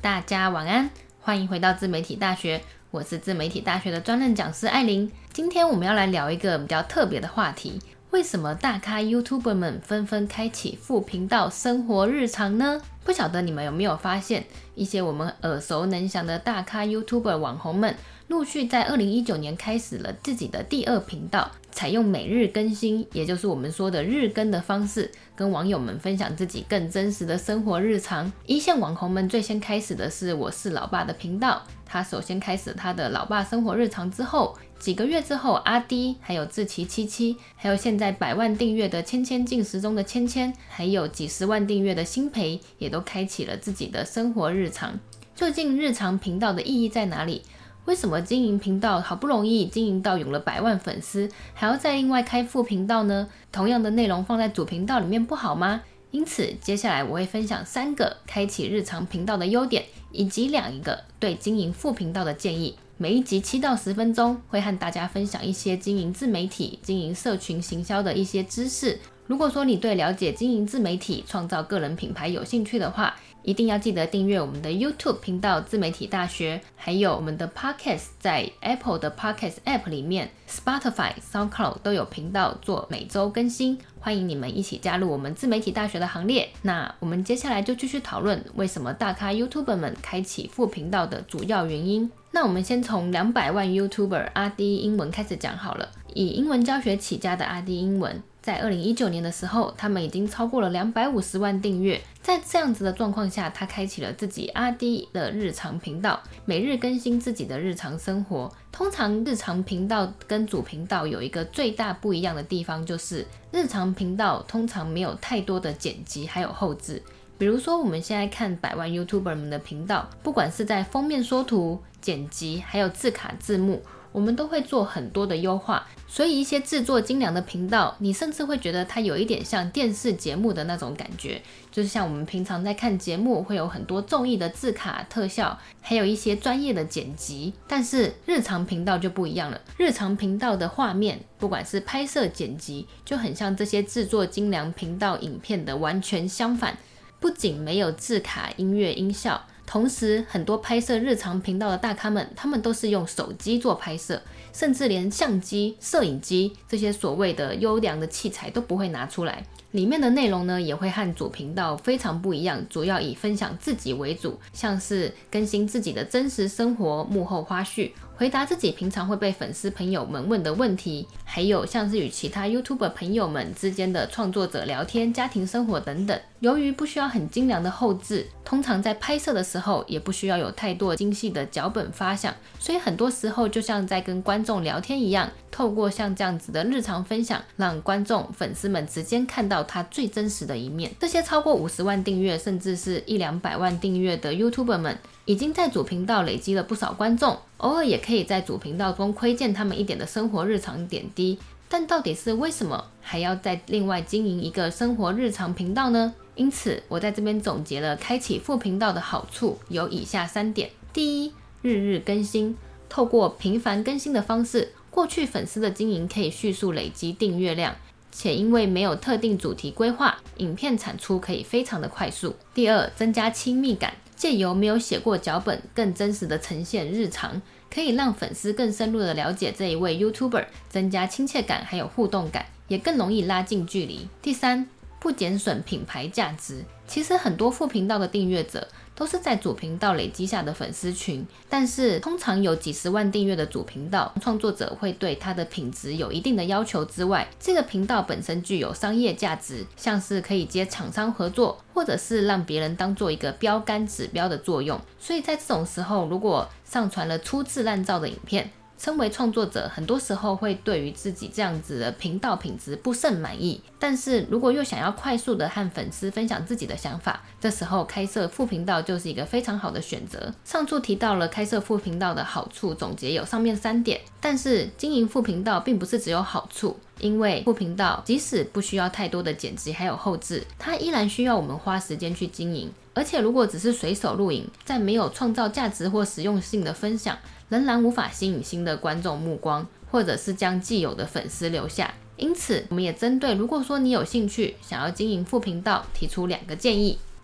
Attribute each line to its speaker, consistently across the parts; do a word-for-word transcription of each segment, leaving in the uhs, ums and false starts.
Speaker 1: 大家晚安，欢迎回到自媒体大学，我是自媒体大学的专任讲师艾琳。今天我们要来聊一个比较特别的话题，为什么大咖 YouTuber 们纷纷开启副频道生活日常呢？不晓得你们有没有发现，一些我们耳熟能详的大咖 YouTuber 网红们陆续在二零一九年开始了自己的第二频道，采用每日更新，也就是我们说的日更的方式，跟网友们分享自己更真实的生活日常。一线网红们最先开始的是我是老爸的频道，他首先开始他的老爸生活日常之后，几个月之后，阿滴还有志祺七七，还有现在百万订阅的千千进食中的千千，还有几十万订阅的新培，也都开启了自己的生活日常。究竟日常频道的意义在哪里？为什么经营频道好不容易经营到有了百万粉丝，还要再另外开副频道呢？同样的内容放在主频道里面不好吗？因此接下来我会分享三个开启日常频道的优点，以及两个对经营副频道的建议。每一集七到十分钟，会和大家分享一些经营自媒体、经营社群行销的一些知识。如果说你对了解经营自媒体、创造个人品牌有兴趣的话，一定要记得订阅我们的 YouTube 频道自媒体大学，还有我们的 Podcast 在 Apple 的 Podcast App 里面， Spotify、SoundCloud 都有频道做每周更新，欢迎你们一起加入我们自媒体大学的行列。那我们接下来就继续讨论为什么大咖 YouTuber 们开启副频道的主要原因。那我们先从两百万 YouTuber 阿滴英文开始讲好了。以英文教学起家的阿滴英文，在二零一九年的时候，他们已经超过了两百五十万订阅。在这样子的状况下，他开启了自己阿滴的日常频道，每日更新自己的日常生活。通常日常频道跟主频道有一个最大不一样的地方，就是日常频道通常没有太多的剪辑还有后制。比如说我们现在看百万 YouTuber 们的频道，不管是在封面缩图、剪辑还有字卡字幕，我们都会做很多的优化，所以一些制作精良的频道，你甚至会觉得它有一点像电视节目的那种感觉，就是像我们平常在看节目会有很多综艺的字卡特效，还有一些专业的剪辑。但是日常频道就不一样了，日常频道的画面不管是拍摄剪辑，就很像这些制作精良频道影片的完全相反。不仅没有字卡、音乐、音效，同时很多拍摄日常频道的大咖们，他们都是用手机做拍摄，甚至连相机、摄影机这些所谓的优良的器材都不会拿出来。里面的内容呢，也会和主频道非常不一样，主要以分享自己为主，像是更新自己的真实生活、幕后花絮，回答自己平常会被粉丝朋友们问的问题，还有像是与其他 YouTuber 朋友们之间的创作者聊天、家庭生活等等。由于不需要很精良的后制，通常在拍摄的时候也不需要有太多精细的脚本发想，所以很多时候就像在跟观众聊天一样，透过像这样子的日常分享，让观众粉丝们直接看到他最真实的一面。这些超过五十万订阅甚至是一两百万订阅的 YouTuber 们，已经在主频道累积了不少观众，偶尔也可以在主频道中窥见他们一点的生活日常点滴。但到底是为什么还要再另外经营一个生活日常频道呢？因此我在这边总结了开启副频道的好处有以下三点。第一，日日更新。透过频繁更新的方式，过去粉丝的经营可以迅速累积订阅量，且因为没有特定主题规划，影片产出可以非常的快速。第二，增加亲密感。借由没有写过脚本，更真实的呈现日常，可以让粉丝更深入的了解这一位 YouTuber， 增加亲切感还有互动感，也更容易拉近距离。第三，不减损品牌价值。其实很多副频道的订阅者都是在主频道累积下的粉丝群，但是通常有几十万订阅的主频道，创作者会对它的品质有一定的要求之外，这个频道本身具有商业价值，像是可以接厂商合作，或者是让别人当做一个标杆指标的作用。所以在这种时候，如果上传了粗制滥造的影片，身为创作者，很多时候会对于自己这样子的频道品质不甚满意，但是如果又想要快速的和粉丝分享自己的想法，这时候开设副频道就是一个非常好的选择。上述提到了开设副频道的好处，总结有上面三点，但是经营副频道并不是只有好处，因为副频道即使不需要太多的剪辑还有后制，它依然需要我们花时间去经营。而且如果只是随手录影，在没有创造价值或实用性的分享，仍然无法吸引新的观众目光，或者是将既有的粉丝留下。因此我们也针对如果说你有兴趣想要经营副频道提出两个建议。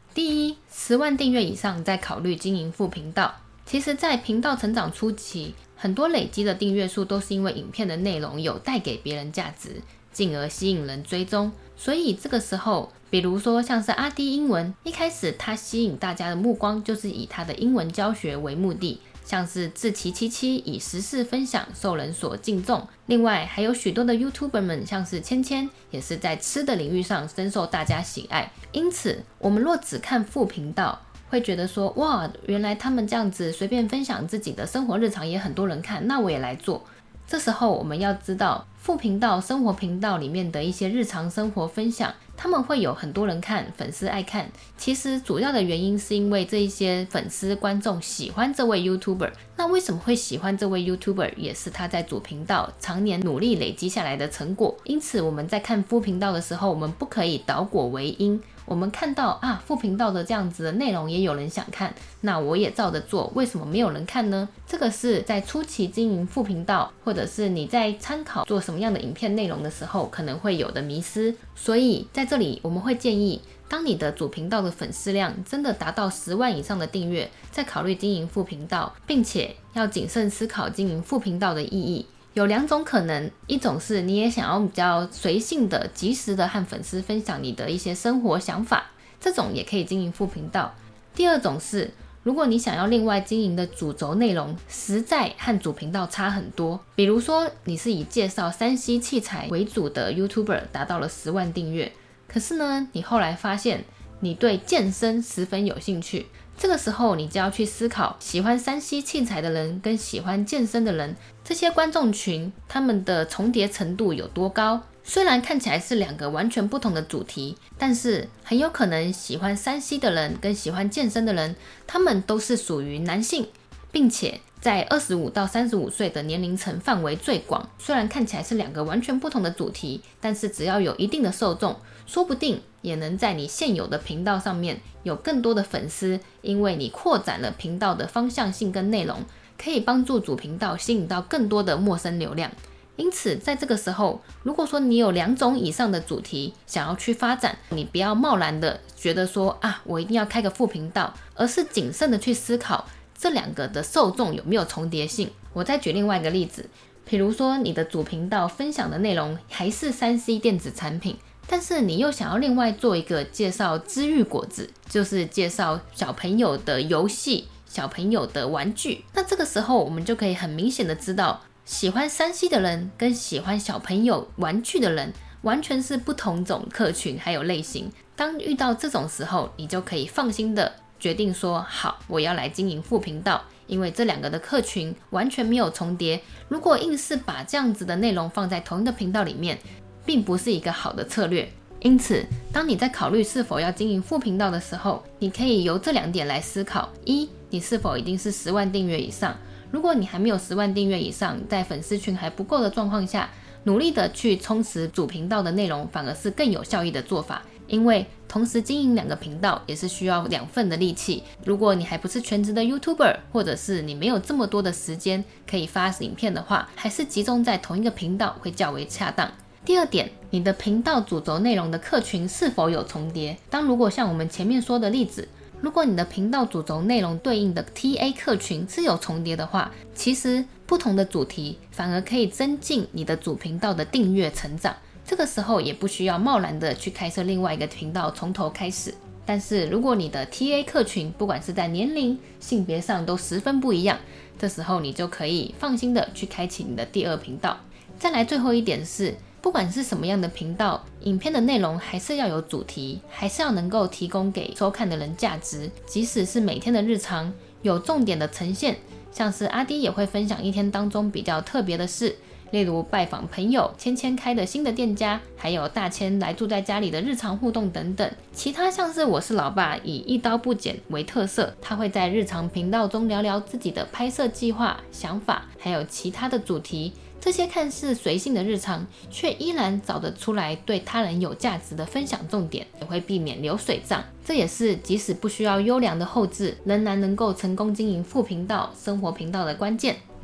Speaker 1: 第一，十万订阅以上再考虑经营副频道。其实在频道成长初期，很多累积的订阅数都是因为影片的内容有带给别人价值，进而吸引人追踪。所以这个时候，比如说像是阿滴英文，一开始他吸引大家的目光就是以他的英文教学为目的，像是志祺七七以时事分享受人所敬重。另外还有许多的 YouTuber 们，像是芊芊，也是在吃的领域上深受大家喜爱。因此我们若只看副频道，会觉得说，哇，原来他们这样子随便分享自己的生活日常也很多人看，那我也来做。这时候我们要知道，副频道、生活频道里面的一些日常生活分享，他们会有很多人看，粉丝爱看。其实主要的原因是因为这一些粉丝观众喜欢这位 YouTuber。那为什么会喜欢这位 YouTuber， 也是他在主频道常年努力累积下来的成果。因此我们在看副频道的时候，我们不可以倒果为因。我们看到啊，副频道的这样子的内容也有人想看，那我也照着做，为什么没有人看呢？这个是在初期经营副频道，或者是你在参考做什么样的影片内容的时候可能会有的迷思。所以在这里我们会建议，当你的主频道的粉丝量真的达到十万以上的订阅，再考虑经营副频道，并且要谨慎思考经营副频道的意义。有两种可能，一种是你也想要比较随性的、及时的和粉丝分享你的一些生活想法，这种也可以经营副频道。第二种是，如果你想要另外经营的主轴内容实在和主频道差很多，比如说你是以介绍 三 C 器材为主的 YouTuber， 达到了十万订阅，可是呢，你后来发现你对健身十分有兴趣，这个时候你就要去思考，喜欢 三 C 器材的人跟喜欢健身的人，这些观众群他们的重叠程度有多高。虽然看起来是两个完全不同的主题，但是很有可能喜欢 三 C 的人跟喜欢健身的人，他们都是属于男性，并且在二十五到三十五岁的年龄层范围最广。虽然看起来是两个完全不同的主题，但是只要有一定的受众，说不定也能在你现有的频道上面有更多的粉丝，因为你扩展了频道的方向性跟内容，可以帮助主频道吸引到更多的陌生流量。因此在这个时候，如果说你有两种以上的主题想要去发展，你不要贸然的觉得说啊，我一定要开个副频道，而是谨慎的去思考这两个的受众有没有重叠性。我再举另外一个例子，比如说你的主频道分享的内容还是 三 C 电子产品，但是你又想要另外做一个介绍知育果子，就是介绍小朋友的游戏、小朋友的玩具。那这个时候我们就可以很明显的知道，喜欢 三 C 的人跟喜欢小朋友玩具的人完全是不同种客群还有类型。当遇到这种时候，你就可以放心的决定说，好，我要来经营副频道，因为这两个的客群完全没有重叠。如果硬是把这样子的内容放在同一个频道里面，并不是一个好的策略。因此当你在考虑是否要经营副频道的时候，你可以由这两点来思考。一，你是否已经是十万订阅以上？如果你还没有十万订阅以上，在粉丝群还不够的状况下，努力的去充实主频道的内容，反而是更有效益的做法。因为同时经营两个频道也是需要两份的力气。如果你还不是全职的 YouTuber， 或者是你没有这么多的时间可以发影片的话，还是集中在同一个频道会较为恰当。第二点，你的频道主轴内容的客群是否有重叠？当如果像我们前面说的例子，如果你的频道主轴内容对应的 T A 客群是有重叠的话，其实不同的主题反而可以增进你的主频道的订阅成长。这个时候也不需要贸然的去开设另外一个频道从头开始。但是如果你的 T A 客群不管是在年龄、性别上都十分不一样，这时候你就可以放心的去开启你的第二频道。再来最后一点是，不管是什么样的频道，影片的内容还是要有主题，还是要能够提供给收看的人价值。即使是每天的日常，有重点的呈现，像是阿滴也会分享一天当中比较特别的事，例如拜访朋友、芊芊开的新的店家，还有大千来住在家里的日常互动等等。其他像是我是老爸以一刀不剪为特色，他会在日常频道中聊聊自己的拍摄计划、想法，还有其他的主题。这些看似随性的日常，却依然找得出来对他人有价值的分享重点，也会避免流水账。这也是即使不需要优良的后制，仍然能够成功经营副频道、生活频道的关键。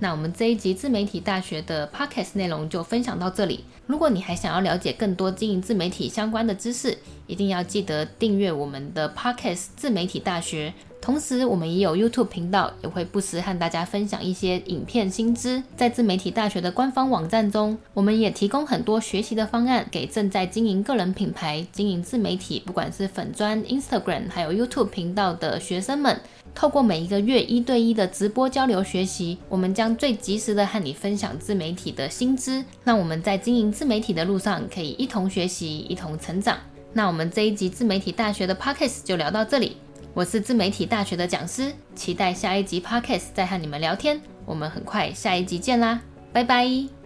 Speaker 1: 那我们这一集自媒体大学的 Podcast 内容就分享到这里。如果你还想要了解更多经营自媒体相关的知识，一定要记得订阅我们的 Podcast 自媒体大学。同时我们也有 YouTube 频道，也会不时和大家分享一些影片新知。在自媒体大学的官方网站中，我们也提供很多学习的方案给正在经营个人品牌、经营自媒体，不管是粉专、Instagram 还有 YouTube 频道的学生们。透过每一个月一对一的直播交流学习，我们将最及时的和你分享自媒体的新知，让我们在经营自媒体的路上可以一同学习，一同成长。那我们这一集自媒体大学的 Podcast 就聊到这里，我是自媒体大学的讲师，期待下一集 Podcast 再和你们聊天，我们很快下一集见啦，拜拜。